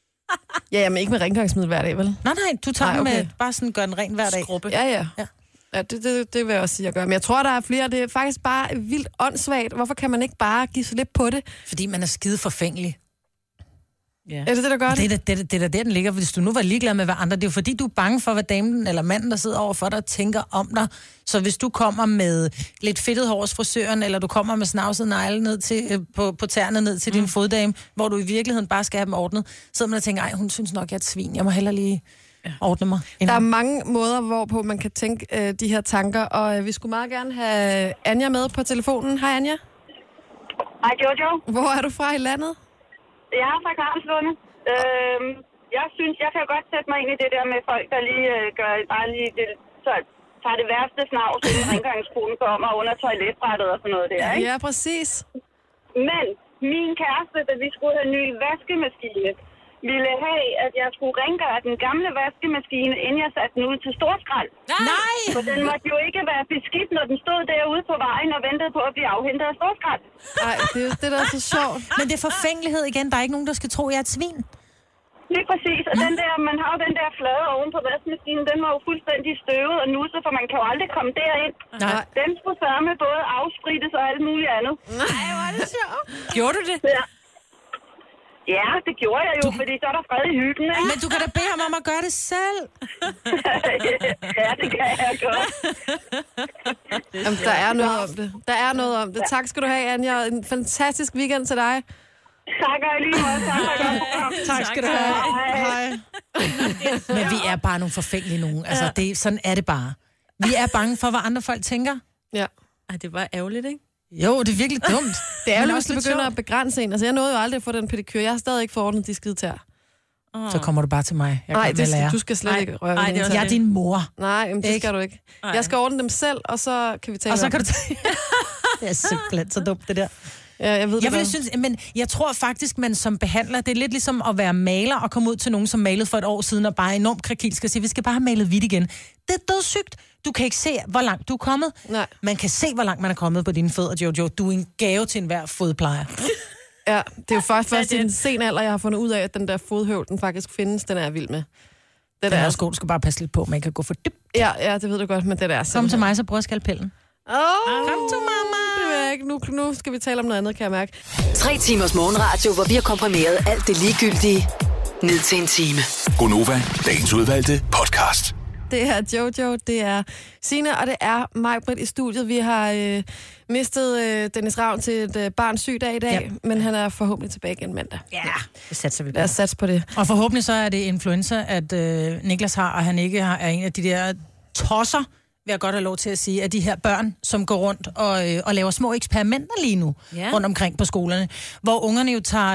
Ja, men ikke med rengøringsmiddel hver dag, vel? Nej, du tager den med, bare sådan gør den ren hver dag. Skrubbe. Ja. Ja, det vil jeg også sige, at gøre. Men jeg tror, der er flere. Det er faktisk bare vildt åndssvagt. Hvorfor kan man ikke bare give slip på det? Fordi man er skide forfængelig. Ja. Er det det, der gør det? Det er der, den ligger. Hvis du nu var ligeglad med hvad andre, det er jo fordi, du er bange for, hvad damen eller manden, der sidder overfor dig, tænker om dig. Så hvis du kommer med lidt fedtet hår hos frisøren, eller du kommer med snavset negle ned til, på tæerne ned til din foddame, hvor du i virkeligheden bare skal have dem ordnet, så man og tænker, ej, hun synes nok, jeg er et svin. Jeg må hellere lige ordne mig. Der er mange måder, hvorpå man kan tænke de her tanker, og vi skulle meget gerne have Anja med på telefonen. Hej Anja. Hej Jojo. Hvor er du fra i landet? Jeg er fra Karlslunde. Jeg synes, jeg kan godt sætte mig ind i det der med folk, der lige gør bare lige det, så tager det værste snavs, inden rengøringskonen kommer under toiletbrættet og sådan noget der, ikke? Ja, præcis. Men min kæreste, da vi skulle have en ny vaskemaskine, ville have, at jeg skulle rengøre den gamle vaskemaskine, inden jeg satte den ud til storskrald. Nej! For den måtte jo ikke være beskidt, når den stod derude på vejen og ventede på at blive afhentet af storskrald. Nej, det der er så sjovt. Men det er forfængelighed igen. Der er ikke nogen, der skal tro, jeg er et svin. Lige præcis. Og den der, man har jo den der flade oven på vaskemaskinen, den var jo fuldstændig støvet og nusset, for man kan jo aldrig komme derind. Nej. Den skulle sørme både afsprittes og alt muligt andet. Nej, hvor er det sjovt. Gjorde du det? Ja, det gjorde jeg jo, fordi så er der fred i hyggen, ikke? Men du kan da bede ham om at gøre det selv. Ja, det kan jeg godt. Jamen, der er noget om det. Der er noget om det. Tak skal du have, Anja. En fantastisk weekend til dig. Tak og lige måde. Tak skal du have. Hej. Men vi er bare nogle forfængelige nogen. Altså, sådan er det bare. Vi er bange for, hvad andre folk tænker. Ja. Ej, det var ærgerligt, ikke? Jo, det er virkelig dumt. Det er jo hvis du begynder at begrænse en. Altså, jeg nåede jo aldrig at få den pedikyr. Jeg har stadig ikke forordnet de skide tær. Så kommer du bare til mig. Nej, du skal slet ikke røre ved det. Jeg er din mor. Nej, men det skal du ikke. Ej. Jeg skal ordne dem selv, og så kan vi tale om det. Det er simpelthen så dumt, det der. Ja, jeg ved det synes, men jeg tror faktisk, man som behandler, det er lidt ligesom at være maler og komme ud til nogen, som malede for et år siden, og bare enormt krakilsk og sige, vi skal bare have malet hvidt igen. Det er dødssygt. Du kan ikke se, hvor langt du er kommet. Nej. Man kan se, hvor langt man er kommet på dine fødder, Jojo. Du er en gave til enhver fodplejer. Ja, det er jo først i en sen alder, jeg har fundet ud af, at den der fodhøvl, den faktisk findes. Den er jeg vild med. Den er også god. Du skal bare passe lidt på, man kan gå for dybt. Ja, det ved du godt, men det der. Kom til mig, så bruger skalpellen. Kom til mamma. Nu skal vi tale om noget andet, kan jeg mærke. 3 timers morgenradio, hvor vi har komprimeret alt det ligegyldige ned til en time. Gonova, dagens udvalgte podcast. Det er Jojo, det er Signe, og det er Maj-Brit i studiet. Vi har mistet Dennis Ravn til et barns sygdag i dag, men han er forhåbentlig tilbage igen mandag. Ja, det satser vi på. Lad os satse på det. Og forhåbentlig så er det influenza, at Niklas har, og han ikke er en af de der tosser, vil jeg godt have lov til at sige, at de her børn, som går rundt og laver små eksperimenter lige nu, rundt omkring på skolerne, hvor ungerne jo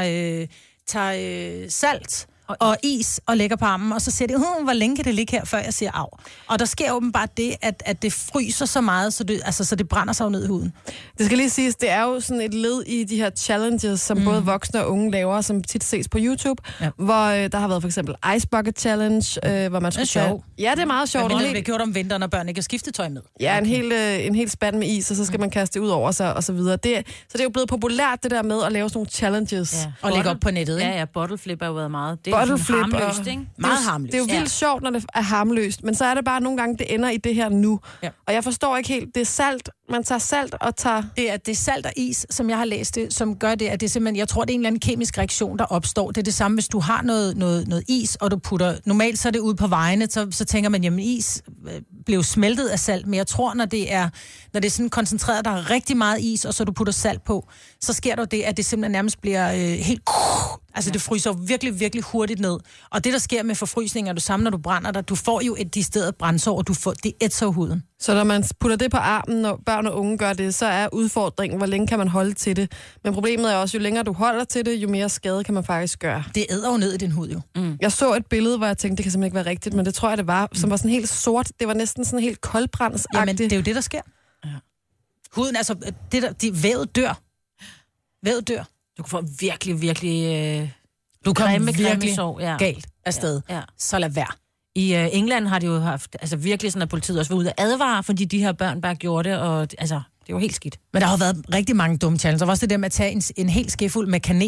tager salt og is og lægger på armen, og så siger de, hvor længe kan det ligge her, før jeg siger af. Og der sker åbenbart det, at det fryser så meget, så det brænder sig ned i huden. Det skal lige siges, det er jo sådan et led i de her challenges, som både voksne og unge laver, som tit ses på YouTube, hvor der har været for eksempel Ice Bucket Challenge, hvor man skulle tage... Ja, det er meget sjovt. Men det bliver gjort om vinteren, når børn ikke har skiftetøj med. Ja, en hel spand med is, og så skal man kaste det ud over sig, og så videre. Så det er jo blevet populært, det der med at lave sådan nogle challenges. Ja. Og lægge op på nettet, ikke? Ja, bottle flip har jo været meget. Det bottleflip harmløst, ikke? Meget harmløst. Det er jo vildt sjovt, når det er harmløst, men så er det bare nogle gange, det ender i det her nu. Ja. Og jeg forstår ikke helt, det er salt, man tager salt og tager... Det er salt og is, som jeg har læst det, som gør det, at det simpelthen, jeg tror, det er en eller anden kemisk reaktion, der opstår. Det er det samme, hvis du har noget is, og du putter... Normalt så er det ude på vejene, så tænker man, jamen is blev smeltet af salt, men jeg tror, når det er sådan koncentreret, der er rigtig meget is, og så du putter salt på, så sker der det, at det simpelthen nærmest bliver helt... Altså, det fryser virkelig, virkelig hurtigt ned. Og det, der sker med forfrysninger, du samler, når du brænder dig, du får jo et decideret brændsår, og det ætser huden. Så når man putter det på armen, når børn og unge gør det, så er udfordringen, hvor længe kan man holde til det. Men problemet er også, jo længere du holder til det, jo mere skade kan man faktisk gøre. Det æder jo ned i din hud, jo. Jeg så et billede, hvor jeg tænkte, det kan simpelthen ikke være rigtigt, men det tror jeg, det var, som var sådan helt sort. Det var næsten sådan helt koldbrændsagtigt. Jamen, det er jo det, der sker. Ja. Huden, altså, vævet dør. Vævet dør. Du kan få virkelig, virkelig... Du kommer virkelig galt afsted. Ja. Så lad være. I England har de jo haft, altså virkelig sådan, at politiet også var ude at advare, fordi de her børn bare gjorde det, og altså, det var helt skidt. Men der har været rigtig mange dumme challenges. Der var også det der med at tage en hel skefuld med kanel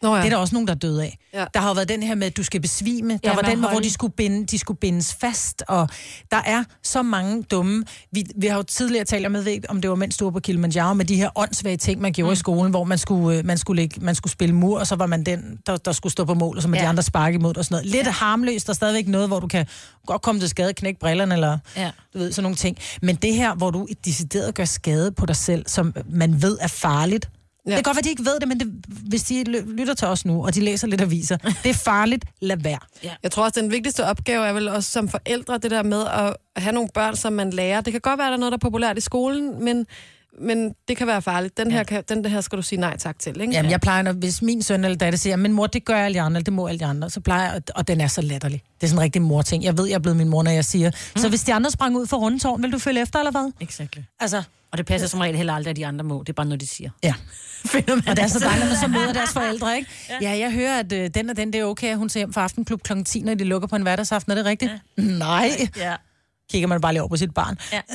Nå, ja. Det er der også nogen, der er døde af. Ja. Der har jo været den her med, at du skal besvime. Der var den, hvor de skulle bindes fast. Og der er så mange dumme... Vi har jo tidligere talt om det var mens du var på Kilimanjaro, med de her åndssvage ting, man gjorde i skolen, hvor man skulle spille mur, og så var man den, der skulle stå på mål, og så med de andre sparke imod og sådan noget. Lidt harmløst, der er stadigvæk noget, hvor du kan godt komme til skade, knække brillerne, eller du ved, sådan nogle ting. Men det her, hvor du decideret gør skade på dig selv, som man ved er farligt. Ja. Det kan godt være, de ikke ved det, men hvis de lytter til os nu, og de læser lidt aviser, det er farligt, lad være. Ja. Jeg tror også, den vigtigste opgave er vel også som forældre, det der med at have nogle børn, som man lærer. Det kan godt være, der er noget, der er populært i skolen, men det kan være farligt. Den her skal du sige nej tak til, ikke? Jamen, jeg plejer, hvis min søn eller datter siger, men mor, det gør alle de andre, det må alle de andre, så plejer jeg, og den er så latterlig. Det er sådan en rigtig mor-ting. Jeg ved, jeg er blevet min mor, når jeg siger, så hvis de andre sprang ud for rundetårn, vil du følge efter, eller hvad? Exakt. Altså... Og det passer som regel heller aldrig, at de andre må. Det er bare noget, de siger. Ja. Og det er så dejligt, når man så møder deres forældre, ikke? Ja, jeg hører, at den og den, det er okay, at hun ser hjem fra Aftenklub kl. 10, når de lukker på en hverdagsaften. Er det rigtigt? Ja. Nej. Ja. Kigger man bare lige over på sit barn. Ja.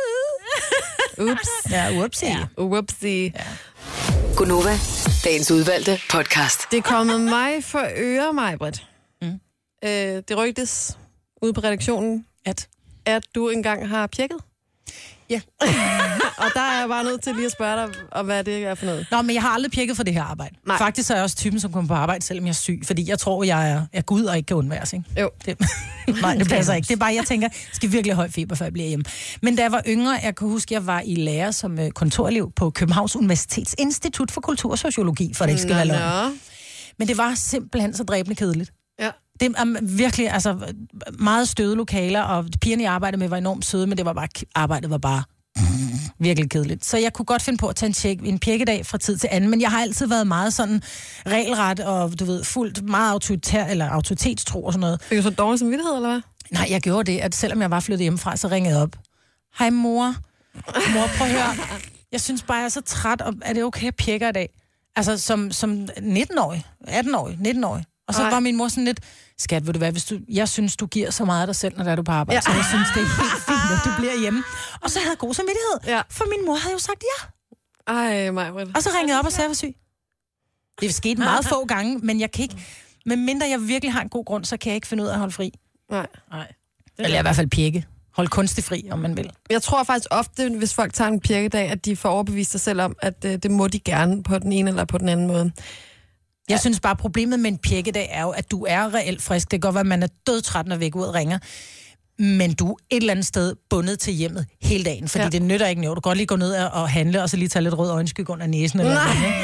Ups. Ja, whoopsie. Ja. Whoopsie. Ja. Gunova, dagens udvalgte podcast. Det er kommet mig for øre, Maj-Brit. Det rygtes ude på redaktionen, at du engang har pjekket. Ja. Og der er jeg bare nødt til lige at spørge dig, om hvad det er for noget. Nå, men jeg har aldrig pjekket for det her arbejde. Nej. Faktisk er jeg også typen, som kommer på arbejde, selvom jeg er syg. Fordi jeg tror, jeg er Gud og ikke kan undværes, ikke? Jo. Nej, det passer ikke. Det er bare, jeg tænker, jeg skal virkelig høj feber, før jeg bliver hjemme. Men da jeg var yngre, jeg kan huske, jeg var i lære som kontorelev på Københavns Universitets Institut for Kultur og Sociologi, for det ikke skal være løgn. Men det var simpelthen så dræbende kedeligt. Ja. Det er virkelig, altså, meget støde lokaler, og pigerne, jeg arbejdede med, var enormt søde, men det var bare, arbejdet var bare virkelig kedeligt. Så jeg kunne godt finde på at tage en pjekkedag fra tid til anden, men jeg har altid været meget sådan regelret, og du ved, fuldt meget autoritær, eller autoritetstro og sådan noget. Fik du så dårlig samvittighed, eller hvad? Nej, jeg gjorde det, at selvom jeg var flyttet hjemmefra, så ringede jeg op. Hej mor. Mor, prøv at høre. Jeg synes bare, jeg er så træt, og er det okay, at pjekker i dag? Altså, som 19-årig, 18-årig, 19-årig. Og så var min mor sådan lidt, skat, ved du hvad, jeg synes, du giver så meget af dig selv, når du er på arbejde, så jeg synes, det er helt fint, at du bliver hjemme. Og så havde jeg god samvittighed, for min mor havde jo sagt ja. Ej, Maj-Brit. Og så ringede jeg op og sagde, jeg var syg. Det skete meget få gange, men jeg kan ikke, medmindre jeg virkelig har en god grund, så kan jeg ikke finde ud af at holde fri. Nej. Eller i hvert fald pjekke. Hold kunstig fri, om man vil. Jeg tror faktisk ofte, hvis folk tager en pjekkedag, at de får overbevist sig selv om, at det må de gerne på den ene eller på den anden måde. Jeg synes bare, problemet med en pjekkedag er jo, at du er reelt frisk. Det kan godt være, at man er dødtræt, når væk ud og ringer. Men du er et eller andet sted bundet til hjemmet hele dagen. Fordi det nytter ikke noget. Du kan godt lige gå ned og handle, og så lige tage lidt rød øjenskygge under næsen. Eller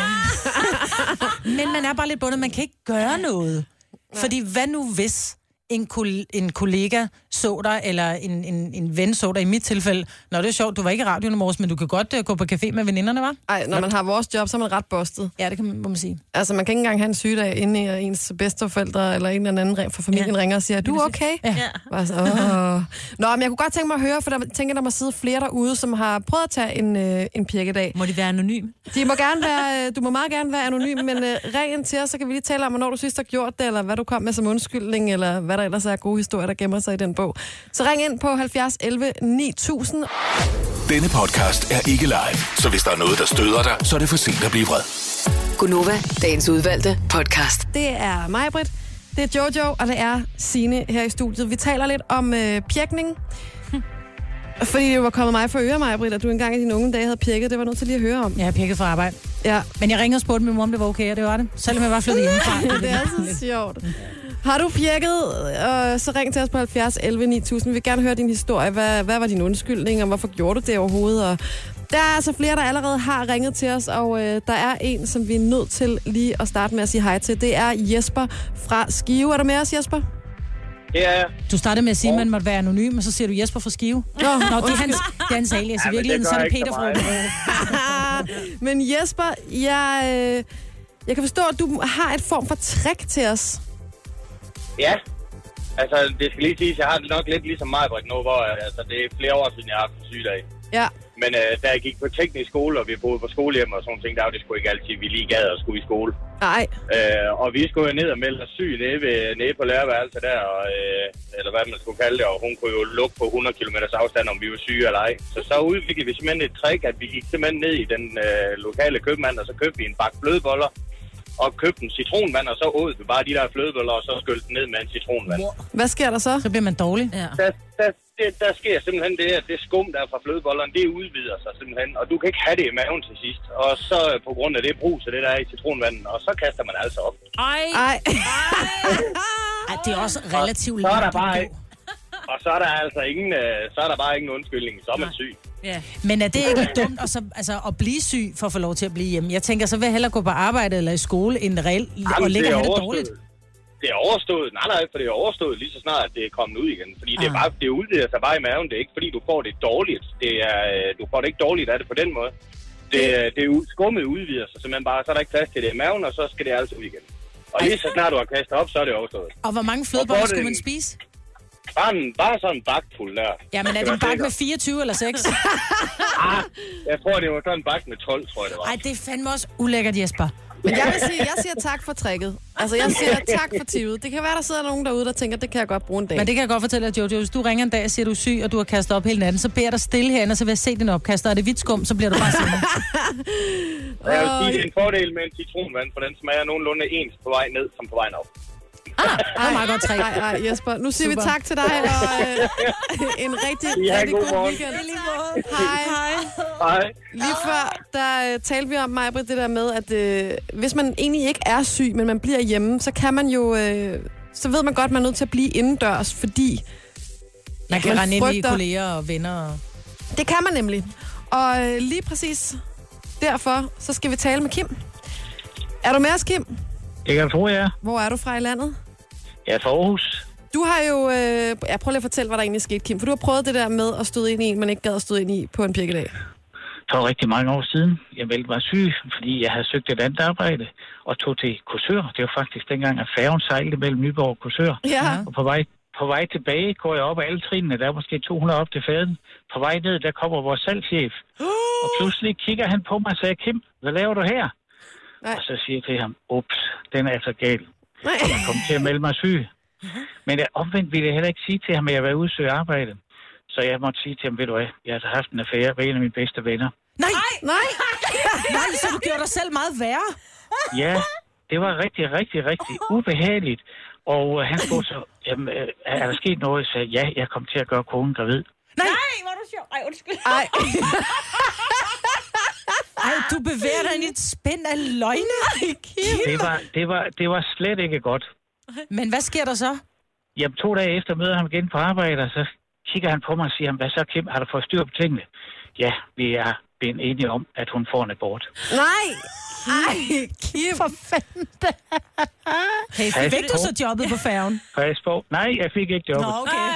men man er bare lidt bundet. Man kan ikke gøre noget. Fordi hvad nu hvis en kollega så dig, eller en ven så dig, i mit tilfælde. Nå, det er sjovt, du var ikke i radioen i morges, men du kan godt gå på café med veninderne, hva'? Ej, når man har vores job, så er man ret bustet. Ja, det kan man sige. Altså, man kan ikke engang have en sygedag, inden ens bedsteforældre eller en eller anden fra familien ringer og siger, du er okay? Ja. Nå, men jeg kunne godt tænke mig at høre, for der må sidde flere derude, som har prøvet at tage en pjekkedag. Må de være anonym? Du må meget gerne være anonym, men ring ind til os, så kan vi lige tale om, hvornår du sidst har gjort det, eller hvad du kom med som undskyldning, eller hvad der ellers er gode historier, der gemmer sig i den bog. Så ring ind på 70 11 9000. Denne podcast er ikke live, så hvis der er noget, der støder dig, så er det for sent at blive vred. Gunova, dagens udvalgte podcast. Det er Maj-Brit, det er Jojo, og det er Signe her i studiet. Vi taler lidt om pjekning. Fordi det var kommet mig for øre, Maj-Brit, at du engang i dine unge dage havde pjekket. Det var noget til lige at høre om. Jeg har pjekket fra arbejde. Ja. Men jeg ringede og spurgte min mor, om det var okay, og det var det. Selvom jeg var flyttet hjemmefra. Det er så sjovt. Har du pjekket, så ring til os på 70 11 9000. Vi vil gerne høre din historie. Hvad var din undskyldning, og hvorfor gjorde du det overhovedet? Og der er altså flere, der allerede har ringet til os, og der er en, som vi er nødt til lige at starte med at sige hej til. Det er Jesper fra Skive. Er du med os, Jesper? Det er jeg. Du startede med at sige, at man måtte være anonym, og så siger du Jesper fra Skive. Nå, det er hans alias. I virkeligheden, så er det Peter fra. Men Jesper, jeg kan forstå, at du har et form for trick til os. Ja, altså det skal lige siges, jeg har det nok lidt ligesom Maj-Brit nu, hvor det er flere år siden, jeg har haft en sygedag. Ja. Men da jeg gik på teknisk skole, og vi boede på skolehjem og sådan ting, der var det sgu ikke altid, vi lige gad at skulle i skole. Nej. Og vi skulle jo ned og melde os syg nede på lærerværelset der, og, eller hvad man skulle kalde det, og hun kunne jo lukke på 100 km afstand, om vi var syge eller ej. Så udviklede vi simpelthen et trick, at vi gik simpelthen ned i den lokale købmand, og så købte vi en bakke blødboller. og købte en citronvand, og så åd vi bare de der flødeboller, og så skyldte ned med en citronvand. Hvad sker der så? Så bliver man dårlig. Ja. Der sker simpelthen det, at det skum, der er fra flødebollerne, det udvider sig simpelthen, og du kan ikke have det i maven til sidst. Og så på grund af det brus af det, der er i citronvanden, og så kaster man altså op. Ej, det er også relativt så er der bare ikke. Og så er der altså ingen, så er der bare ingen undskyldning, så er man syg. Yeah. Men er det ikke lidt dumt at blive syg for at få lov til at blive hjemme? Jeg tænker, så vil jeg hellere gå på arbejde eller i skole end reelt og ligge og have det dårligt. Det er overstået. Nej, for det er overstået lige så snart, at det er kommet ud igen. Fordi det er bare, det udvider sig bare i maven. Det er ikke, fordi du får det dårligt. Du får det ikke dårligt af det på den måde. Det er skummet udvider sig simpelthen bare, så er der ikke plads til det i maven, og så skal det altså ud igen. Og lige så snart du har kastet op, så er det overstået. Og hvor mange flødeboller skulle man spise? Bare sådan en bakfuld der. Ja, men er det en bakke med 24 eller 6? Jeg tror, det var sådan en bakke med 12, tror jeg, det var. Ej, det er fandme også ulækkert, Jesper. Men jeg siger tak for tricket. Altså, jeg siger tak for tivet. Det kan være, der sidder nogen derude, der tænker, det kan jeg godt bruge en dag. Men det kan jeg godt fortælle dig, Jojo. Hvis du ringer en dag og siger, du er syg, og du har kastet op hele natten, så beder jeg dig stille herinde, og så vil jeg se din opkast. Og er det hvidt skum, så bliver du bare siddende. Jeg vil sige, det er en fordel med en citronvand, for den smager nogenlunde ens på vej ned, som på vejen op. Det er meget godt træk. Nej, Jesper. Nu siger vi tak til dig, og en rigtig god weekend. Hej. Lige før, der talte vi om, Maj-Brit, det der med, at hvis man egentlig ikke er syg, men man bliver hjemme, så kan man jo... så ved man godt, at man er nødt til at blive indendørs, fordi... Man kan rende ind i kolleger og venner. Det kan man nemlig. Og lige præcis derfor, så skal vi tale med Kim. Er du med os, Kim? Jeg kan tro, ja. Hvor er du fra i landet? Jeg er fra Aarhus. Du har jo... jeg prøver lige at fortælle, hvad der egentlig skete, Kim. For du har prøvet det der med at støde ind i en, man ikke gad at støde ind i på en pirkedag. For rigtig mange år siden. Jeg meldte mig syg, fordi jeg havde søgt et andet arbejde og tog til Korsør. Det var faktisk dengang, at færgen sejlede mellem Nyborg og Korsør. Ja. Og på vej tilbage går jeg op ad alle trinene. Der er måske 200 op til faden. På vej ned, der kommer vores salgschef. Og pludselig kigger han på mig og sagde, Kim, hvad laver du her? Nej. Og så siger jeg til ham, ups, den er altså gal. Jeg kom til at melde mig syg. Men omvendt ville jeg heller ikke sige til ham, at jeg var ude at søge arbejde. Så jeg måtte sige til ham, ved du hvad, jeg har haft en affære med en af mine bedste venner. Nej, så du gjorde dig selv meget værre? Ja, det var rigtig ubehageligt. Og han spurgte så, jamen, er der sket noget? Så sagde ja, jeg kom til at gøre konen gravid. Nej, hvor er du sjov. Ej, undskyld. Ej, du bevæger dig ind i et spænd af løgne. Det var slet ikke godt. Men hvad sker der så? Jamen, 2 dage efter møder ham igen på arbejde, og så kigger han på mig og siger, hvad så, Kim, har du fået styr på tingene? Ja, vi er blevet enige om, at hun får en abort. Nej! Ej, Kim, for fanden da. Hey, fik du så jobbet på færgen? Pas på. Nej, jeg fik ikke jobbet. Nå, okay.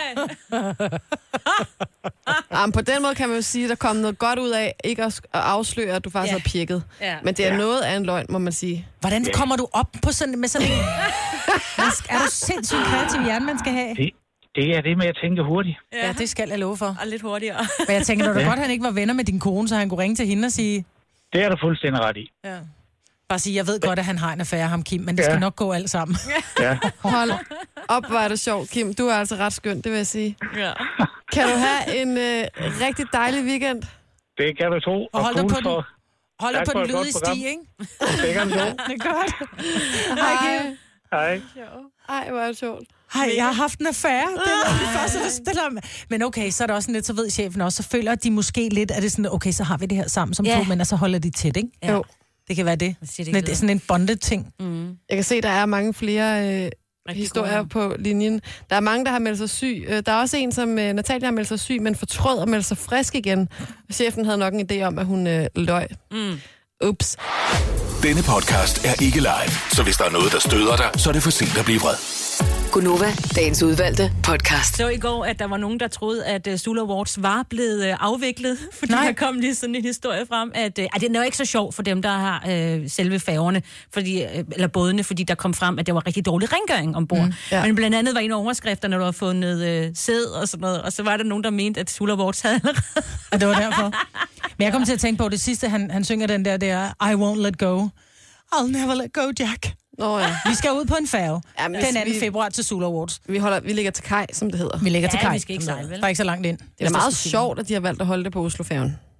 Jamen, på den måde kan man jo sige, at der kom noget godt ud af ikke at afsløre, at du faktisk har pirket. Ja. Men det er noget af en løgn, må man sige. Hvordan kommer du op på sådan, med sådan en... Er du sindssygt kreativ hjerne, man skal have? Det er det med at tænke hurtigt. Ja, det skal jeg love for. Og lidt hurtigere. Men jeg tænker, når du godt, han ikke var venner med din kone, så han kunne ringe til hende og sige... Det er du fuldstændig ret i. Ja. Bare sige, jeg ved godt, at han har en affære, ham Kim, men det skal nok gå alt sammen. Ja. Hold op, hvor er det sjovt, Kim. Du er altså ret skøn, det vil jeg sige. Ja. Kan du have en rigtig dejlig weekend? Det kan du tro. Og hold dig på den lydige sti, ikke? Det kan du tro. Det er godt. Hej, Kim. Hej. Ej, hvor er det sjovt. Hej, jeg har haft en affære. Det var det første, der spiller om. Men okay, så er det også sådan lidt, så ved chefen også, så føler de måske lidt, at det sådan, okay, så har vi det her sammen som 2 mænd, og så holder de tæt, ikke? Ja. Jo. Det kan være det. Det er sådan en bondet-ting. Mm. Jeg kan se, der er mange flere historier på linjen. Der er mange, der har meldt sig syg. Der er også en, som Natalia har meldt sig syg, men fortrød og meldt sig frisk igen. Chefen havde nok en idé om, at hun løg. Ups. Denne podcast er ikke live, så hvis der er noget, der støder dig, så er det for sent at blive vred. Gunova, dagens udvalgte podcast. Så i går, at der var nogen, der troede, at Sula Awards var blevet afviklet, fordi der kom lige sådan en historie frem, at det er jo ikke så sjovt for dem, der har selve færgerne, eller bådene, fordi der kom frem, at det var rigtig dårlig rengøring ombord. Ja. Men blandt andet var en af overskrifterne, der var fundet sæd og sådan noget, og så var der nogen, der mente, at Sula Awards havde allerede. Og det var derfor. Men jeg kom til at tænke på, det sidste, han synger den der, det er I won't let go. I'll never let go, Jack. Ja. Vi skal ud på en færge den 2. februar til Sula Awards. Vi ligger til kaj, som det hedder. Vi ligger til kaj. Vi skal ikke sejle, vel? Der er ikke så langt ind. Det er meget sjovt, at de har valgt at holde det på Oslofærgen.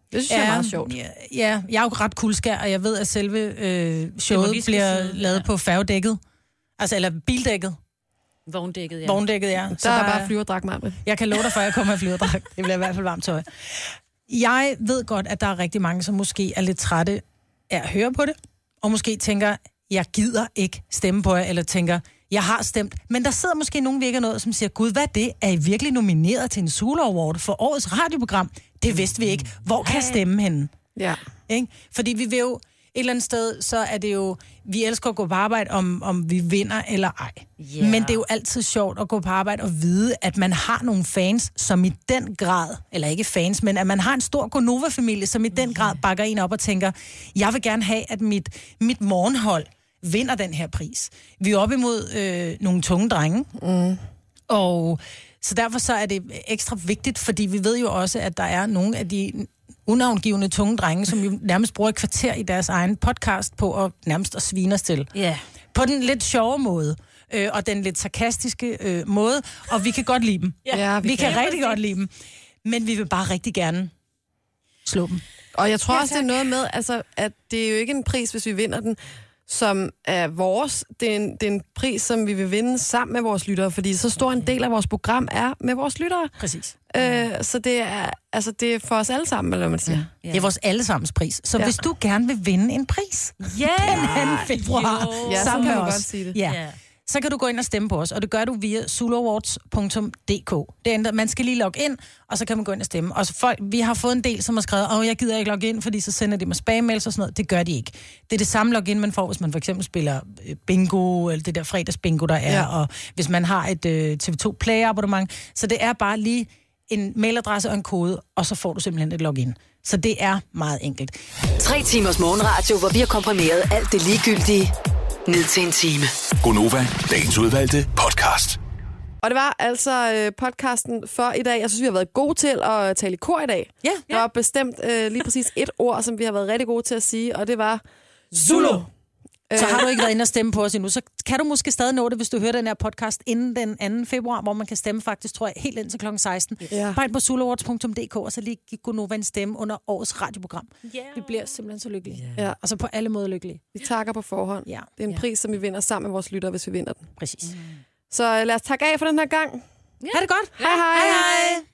Det synes jeg er meget sjovt. Ja, jeg er jo ret kuldskær, og jeg ved, at selve showet bliver lavet på færgedækket. Altså, eller bildækket. Vogndækket, ja. Vogndækket, ja. Så der er bare flyverdragt med. Jeg kan love dig for, at jeg kommer af flyverdragt. Det bliver i hvert fald varmt tøj. Jeg ved godt, at der er rigtig mange, som måske er lidt trætte af at høre på det, og måske tænker, jeg gider ikke stemme på jer, eller tænker, jeg har stemt. Men der sidder måske nogen, virker noget, som siger, gud, hvad er det? Er I virkelig nomineret til en Zulu Award for årets radioprogram? Det vidste vi ikke. Hvor kan jeg stemme henne? Ja. Ikke? Fordi vi vil jo et eller andet sted, så er det jo, vi elsker at gå på arbejde, om vi vinder eller ej. Yeah. Men det er jo altid sjovt at gå på arbejde og vide, at man har nogle fans, som i den grad, eller ikke fans, men at man har en stor Gonova-familie, som i den grad bakker en op og tænker, jeg vil gerne have, at mit morgenhold vinder den her pris. Vi er op imod nogle tunge drenge, og så derfor så er det ekstra vigtigt, fordi vi ved jo også, at der er nogle af de unavngivende tunge drenge, som jo nærmest bruger et kvarter i deres egen podcast på at nærmest at svine os til. Yeah. På den lidt sjove måde, og den lidt sarkastiske måde, og vi kan godt lide dem. Ja, vi kan rigtig godt lide dem, men vi vil bare rigtig gerne slå dem. Og jeg tror også, det er noget med, altså, at det er jo ikke en pris, hvis vi vinder den, som er vores. Det er en pris, som vi vil vinde sammen med vores lyttere, fordi så stor en del af vores program er med vores lyttere. Præcis. Så det er for os alle sammen, eller hvad man siger. Ja. Det er vores allesammens pris. Så hvis du gerne vil vinde en pris den 2. februar sammen med os, så kan du gå ind og stemme på os, og det gør du via zuluawards.dk. Man skal lige logge ind, og så kan man gå ind og stemme. Og vi har fået en del, som har skrevet, jeg gider ikke logge ind, fordi så sender de mig spam-mails og sådan noget. Det gør de ikke. Det er det samme login, man får, hvis man for eksempel spiller bingo, eller det der fredagsbingo, der er, og hvis man har et TV2 Play-abonnement. Så det er bare lige en mailadresse og en kode, og så får du simpelthen et login. Så det er meget enkelt. 3 timers morgenradio, hvor vi har komprimeret alt det ligegyldige ned til en time. Gonova, dagens udvalgte podcast. Og det var altså podcasten for i dag. Jeg synes, vi har været gode til at tale i kor i dag. Ja. Der var bestemt lige præcis et ord, som vi har været rigtig gode til at sige, og det var Zulu. Så har du ikke været inde og stemme på os endnu, så kan du måske stadig nå det, hvis du hører den her podcast inden den 2. februar, hvor man kan stemme faktisk, tror jeg, helt ind til kl. 16. Bare ind på zuluawards.dk, og så lige give Gonova en stemme under årets radioprogram. Yeah. Vi bliver simpelthen så lykkelige. Yeah. Altså på alle måder lykkelige. Vi takker på forhånd. Ja. Det er en pris, som vi vinder sammen med vores lyttere, hvis vi vinder den. Præcis. Så lad os takke af for den her gang. Ha' det godt. Hej hej. Hej hej.